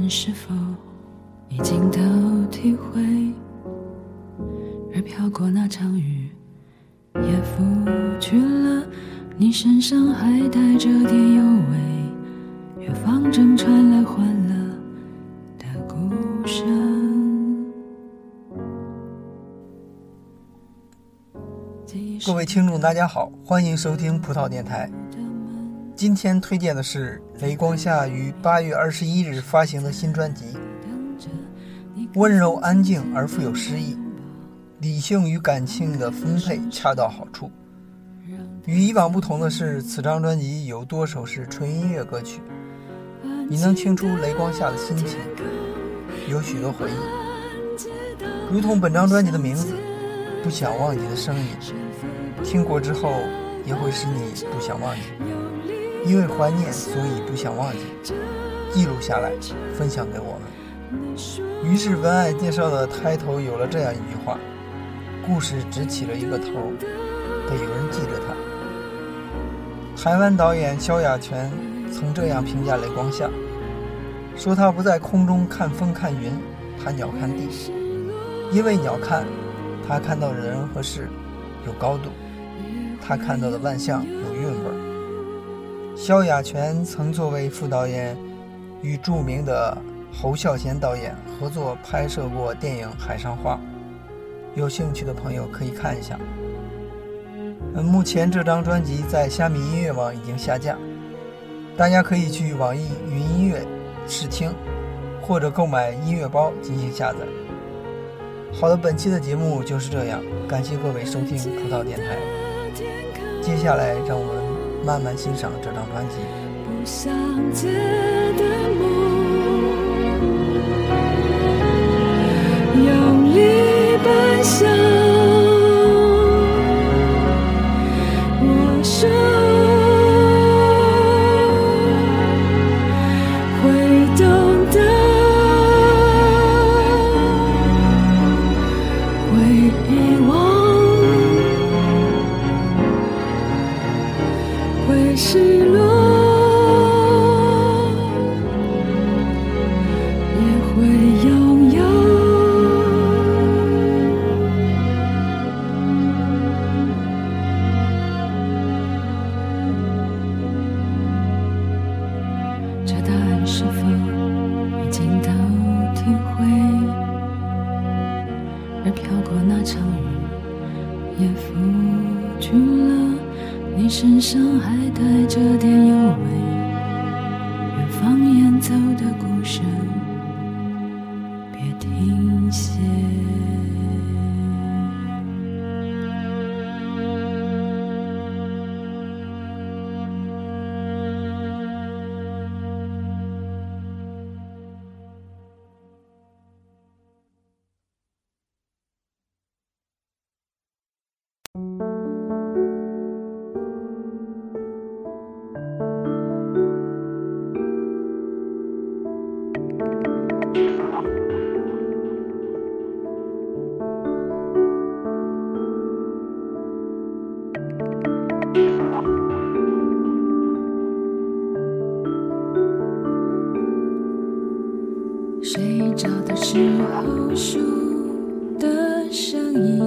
是否已经都体会，而飘过那场雨也拂去了你身上还带着点幽味，远方正传来欢乐的鼓声。 各位听众大家好，欢迎收听葡萄电台。今天推荐的是雷光夏于8月21日发行的新专辑，温柔安静而富有诗意，理性与感性的分配恰到好处。与以往不同的是，此张专辑有多首是纯音乐歌曲，你能听出雷光夏的心情，有许多回忆，如同本张专辑的名字，不想忘记的声音，听过之后也会使你不想忘记，因为怀念所以不想忘记，记录下来分享给我们。于是文案介绍的开头有了这样一句话，故事只起了一个头，得有人记着它。台湾导演萧亚全曾这样评价雷光夏，说他不在空中看风看云，他鸟看地，因为鸟看，他看到的人和事有高度，他看到的万象有韵味。萧亚全曾作为副导演与著名的侯孝贤导演合作拍摄过电影《海上花》，有兴趣的朋友可以看一下。目前这张专辑在虾米音乐网已经下架，大家可以去网易云音乐试听，或者购买音乐包进行下载。好的，本期的节目就是这样，感谢各位收听葡萄电台。接下来让我们慢慢欣赏这张专辑。 不想结的梦，用力奔向我手，会懂得，会遗忘，会失落，也会拥有。这答案是否已经都体会，而飘过那场雨也拂去了你身上还带着点幽味，远方演奏的鼓声别停歇。睡着的时候树的声音，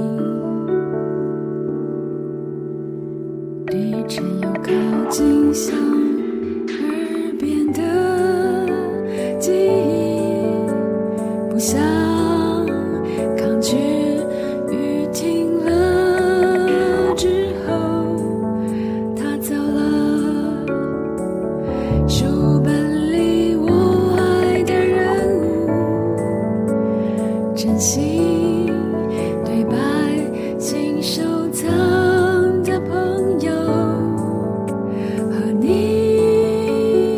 低沉又靠近像耳边的记忆，不想抗拒雨停了之后他走了，书本里我爱的人真心对白，请收藏的朋友和你，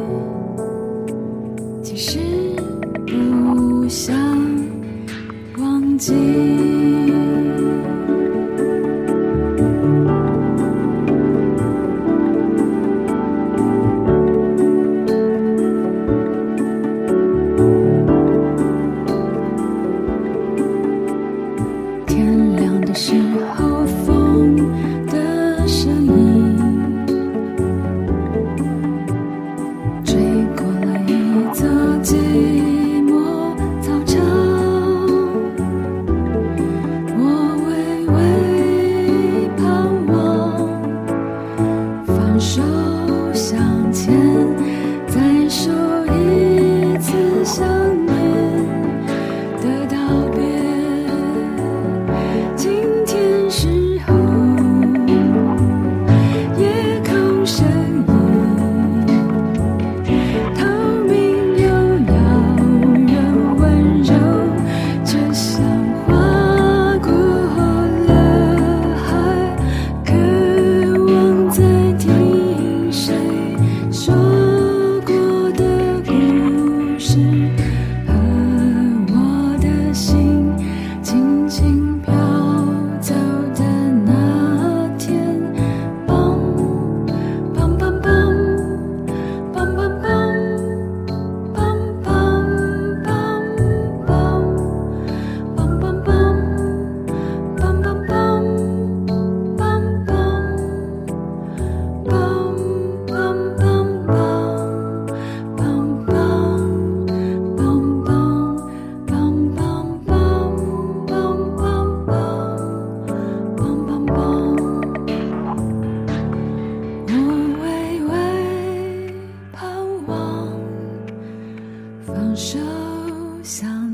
其实不想忘记。天亮的时候，风的声音吹过了一座记忆。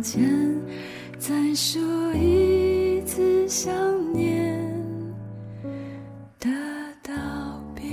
间，再说一次想念的道别。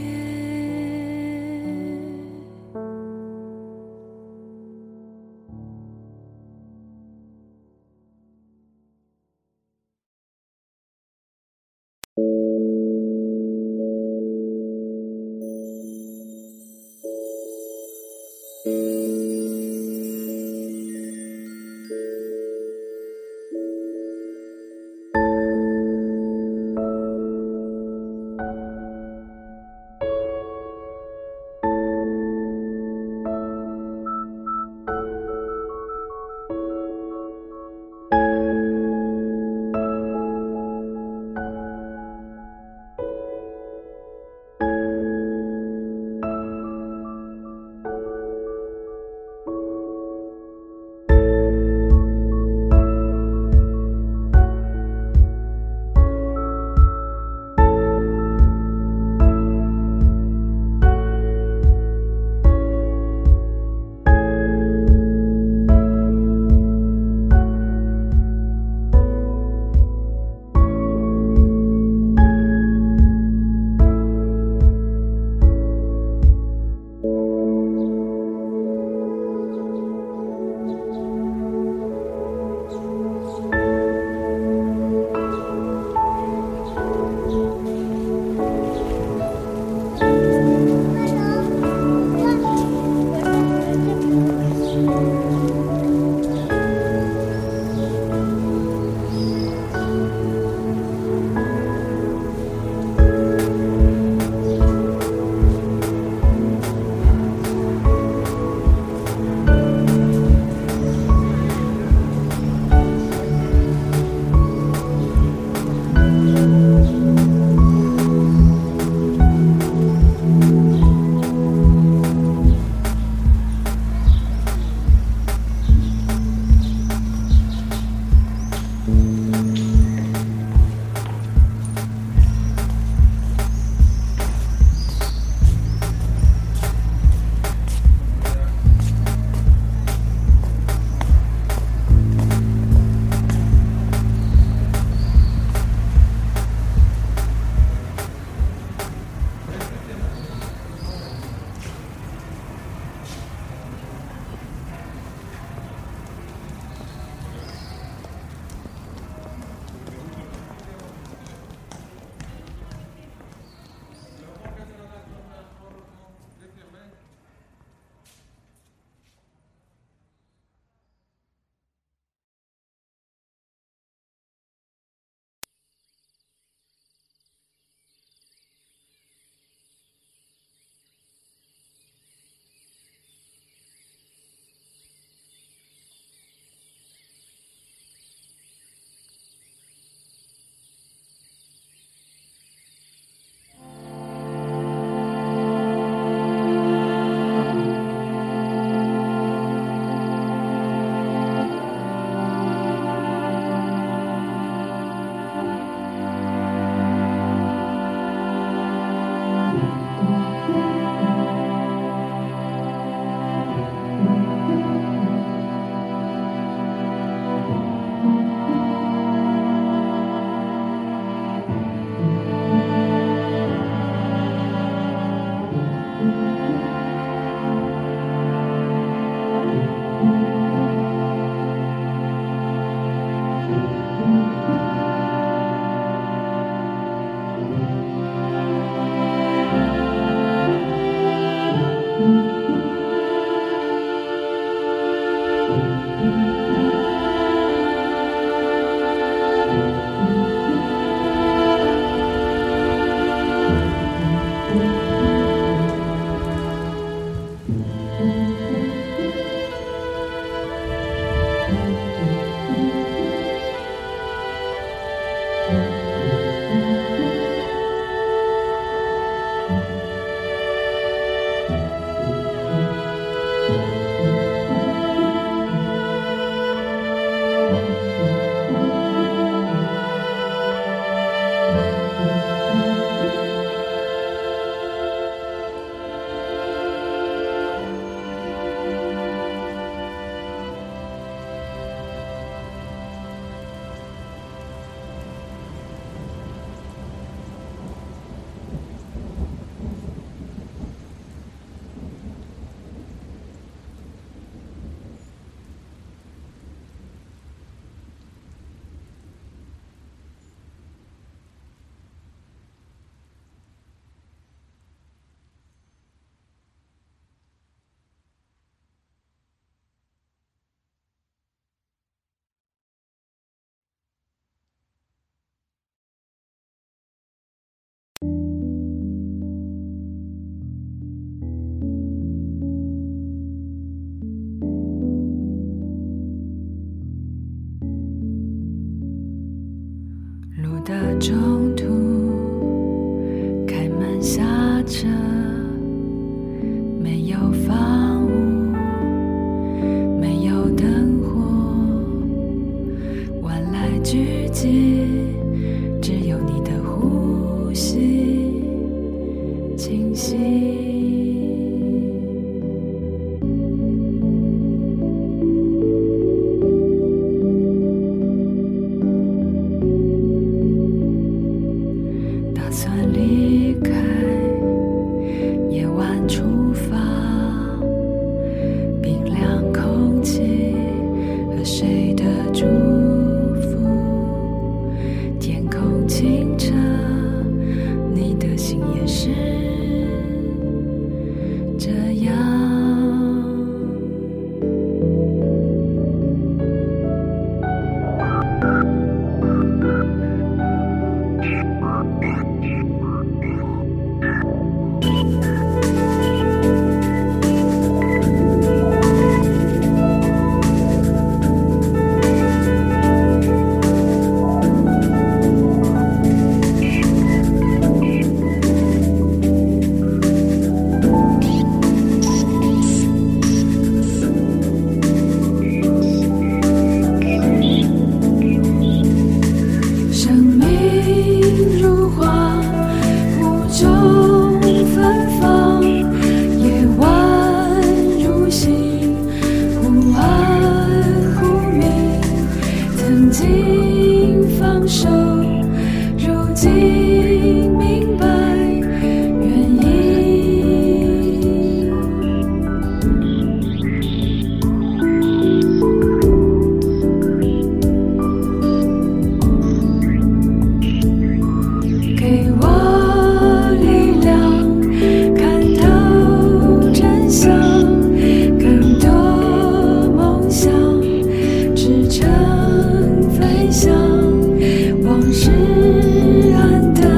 的中途开门下车，没有房屋，没有灯火，晚来聚集，只有你的呼吸清晰。打算离开，夜晚出发，冰凉空气和谁的祝福，天空清澈，你的心也是这样。放手，如今明白原因。给我力量，看透真相，更多梦想支撑飞翔。往事暗淡，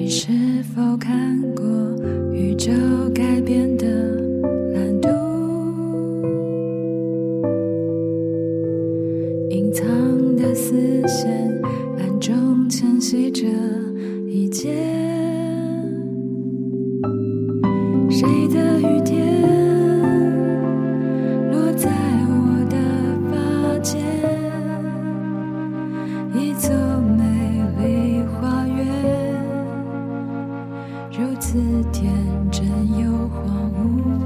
你是否看过宇宙改变的蓝图？隐藏的丝线暗中牵系着一切，谁的雨点落在我的发间，一座美丽花园，如此天真又荒芜。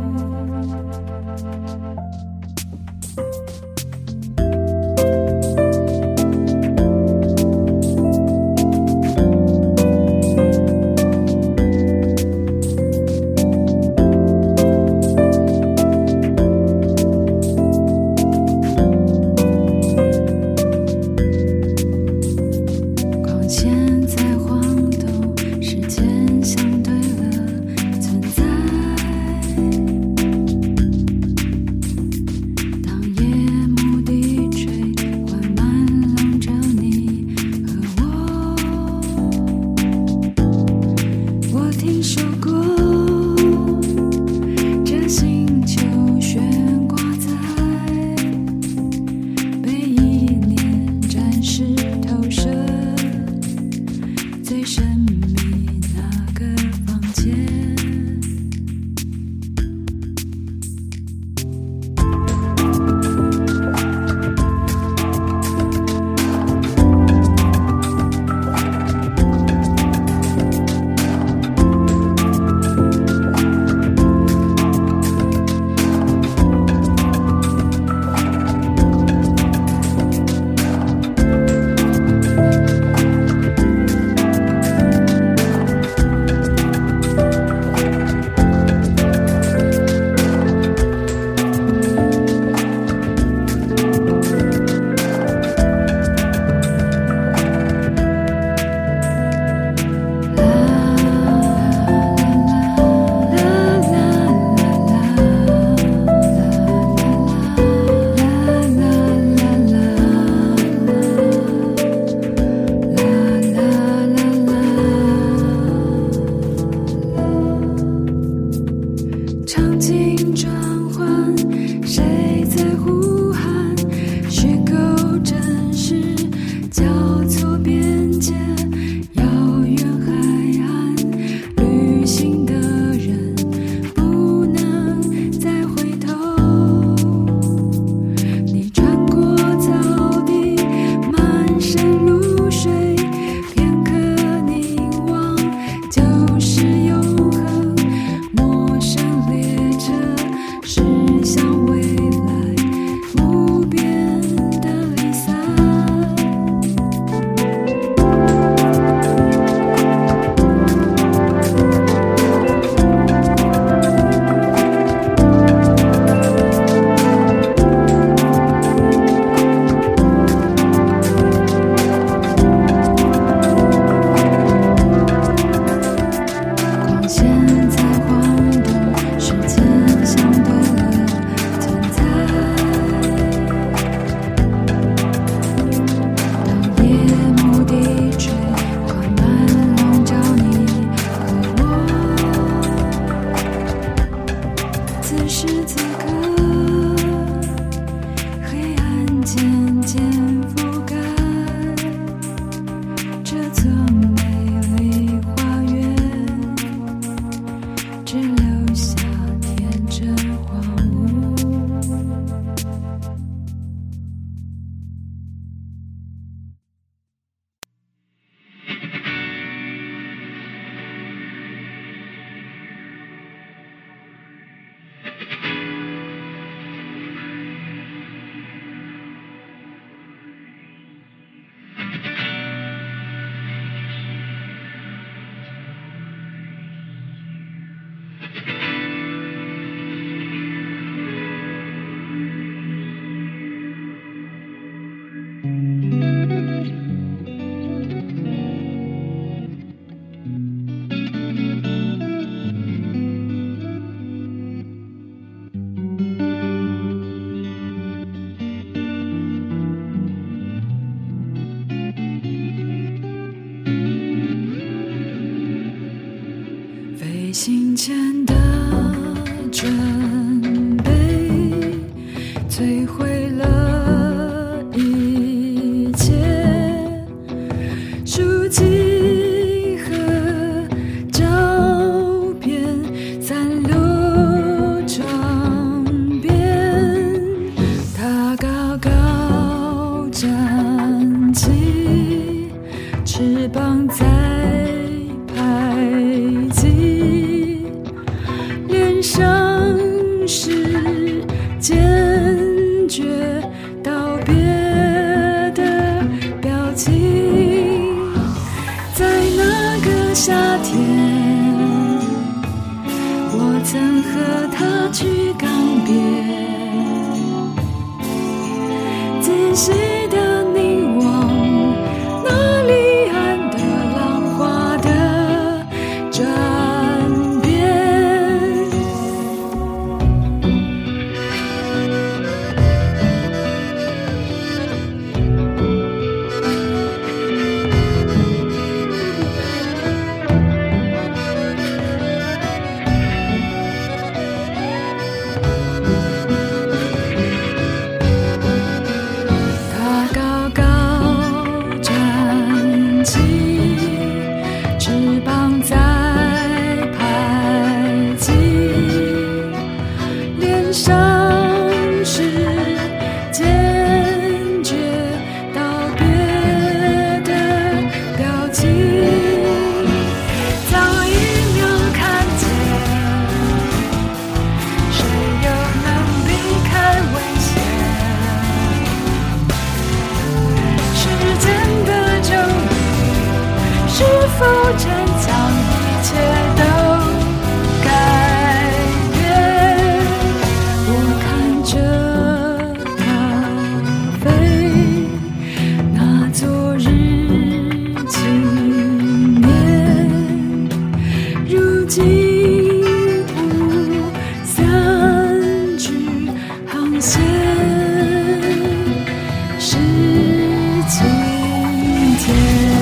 为行前的准备，摧毁了一切，书籍和照片散落床边，他高高站起，翅膀在拍击，脸上是坚决道别的表情。在那个夏天，我曾和他去港边，仔细地凝望那离岸的浪花的转变。他高高站起，翅膀在拍击，脸上是坚决道别的表情。早一秒看见，谁又能避开危险？时间的证明，是否真将一切都改变？我看着它飞，那昨日青年，如今无散去航线。是今天。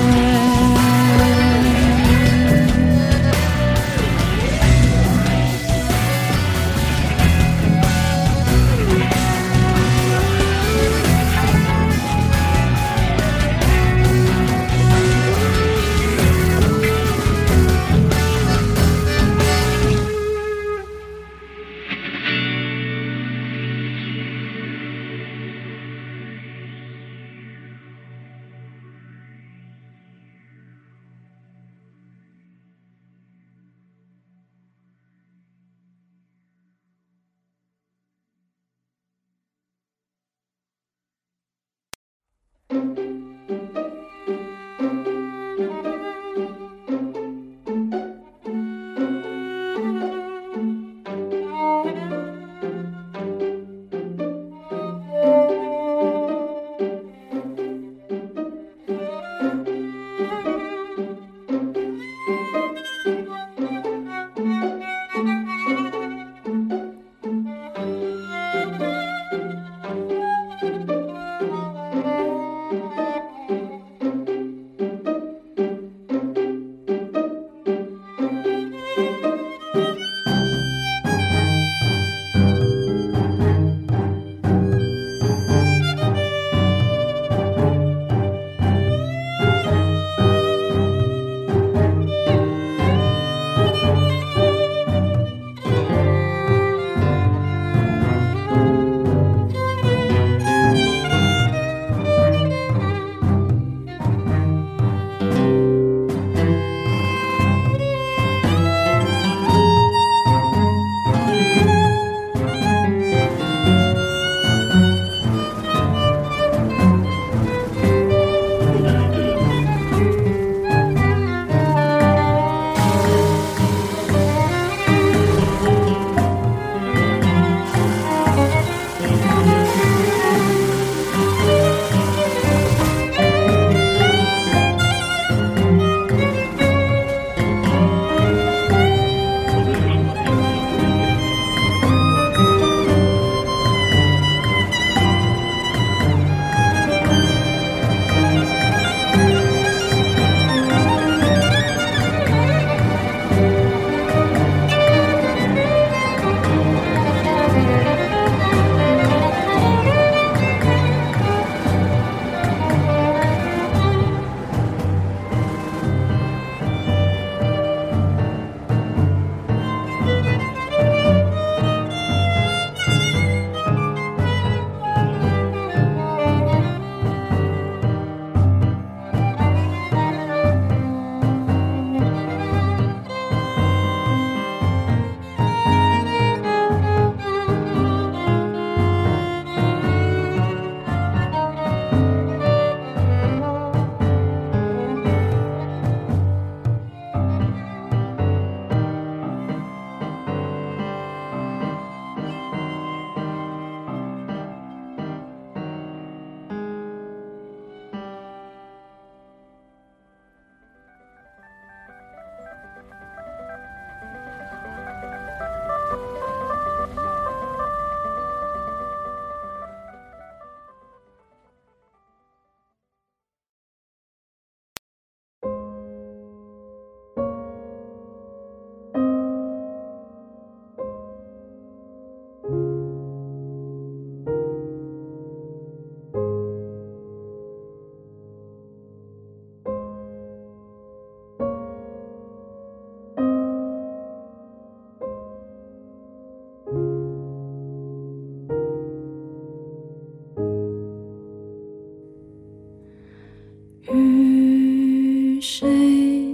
雨水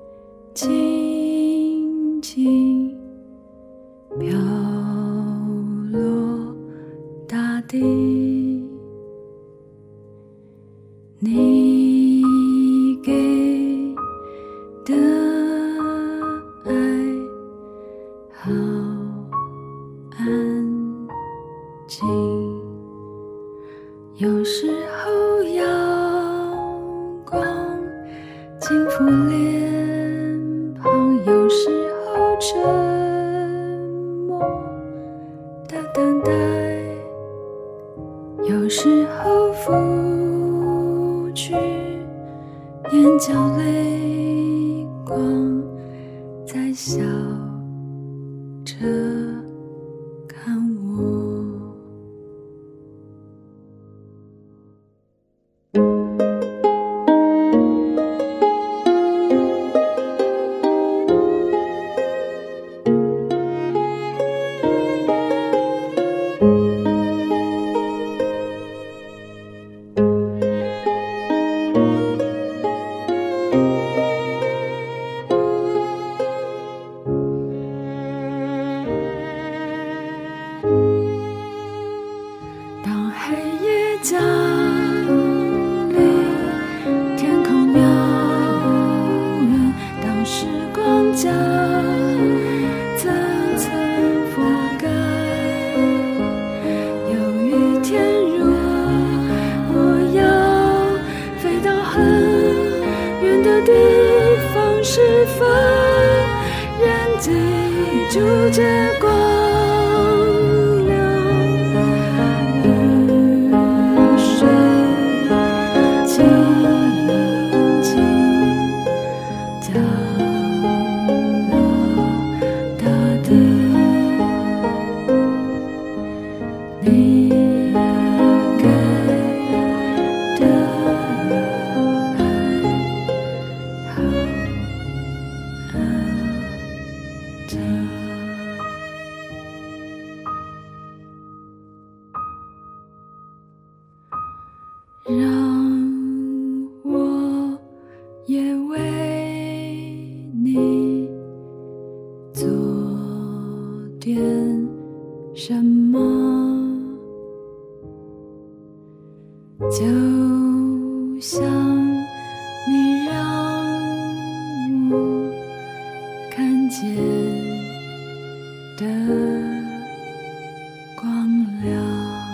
轻轻飘落大地，你给的爱好安静，有时候阳光轻拂脸庞，有时候沉默的等待，有时候拂去眼角泪光，在笑着看我。当黑夜降临，天空渺远，当时光将层层覆盖，有一天若我要飞到很远的地方，是否仍记住这光让我也为你做点什么，就像你让我看见的光亮。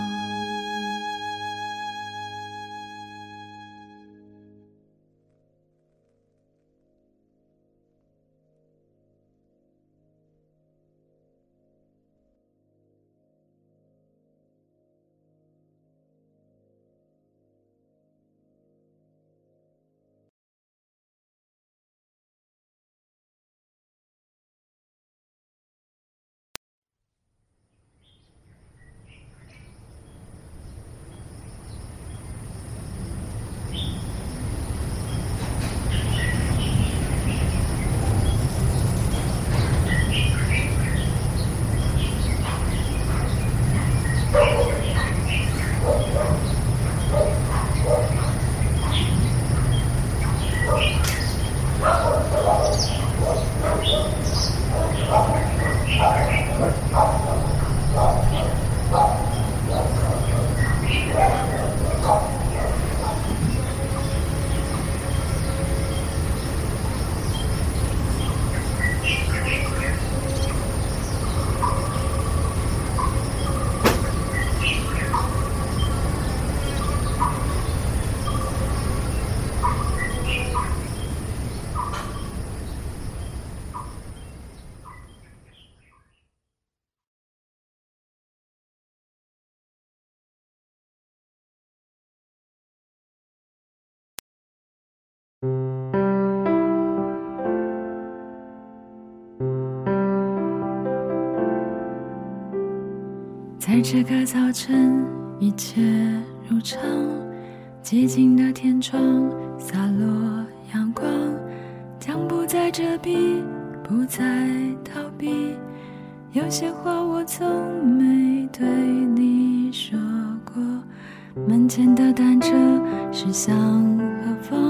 在这个早晨，一切如常，寂静的天窗洒落阳光，将不再遮蔽，不再逃避。有些话我从没对你说过，门前的单车驶向何方？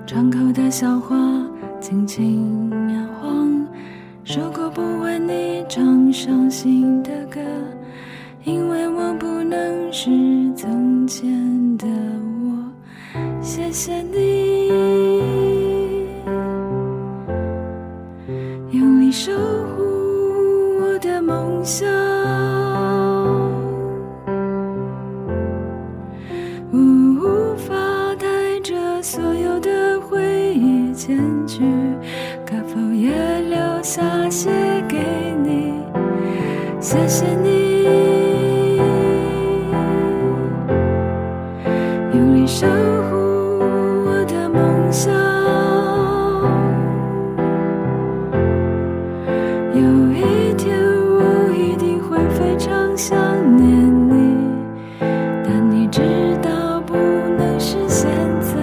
窗口的小花轻轻摇晃，说过不为你唱伤心的歌，因为我不能是从前的我。谢谢你用力守护我的梦想，无法带着所有的回忆前去，可否也留下写给你？谢谢你用力守护我的梦想，有一天我一定会非常想念你，但你知道不能是现在。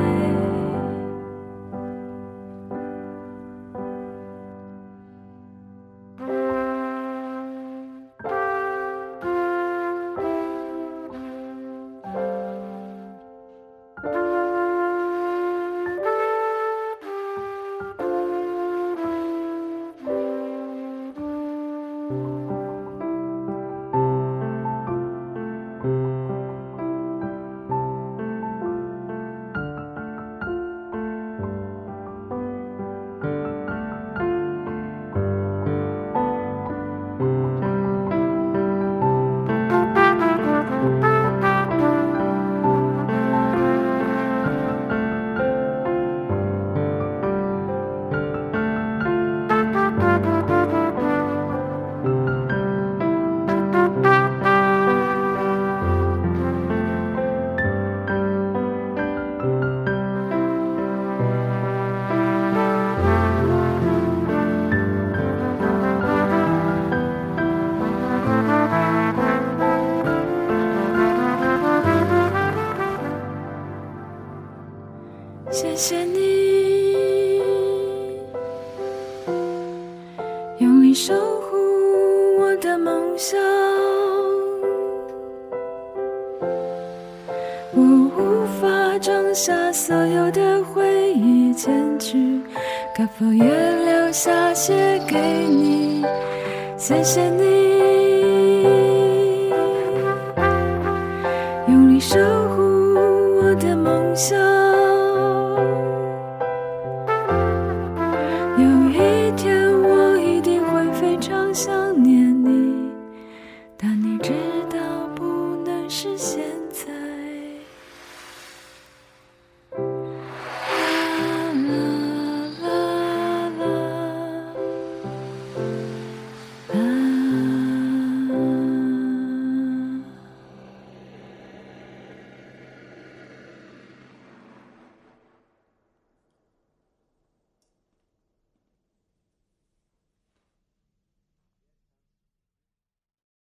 谢谢你用力守护我的梦想，我无法装下所有的回忆前去，可否也留下写给你？谢谢你用力守护我的梦想，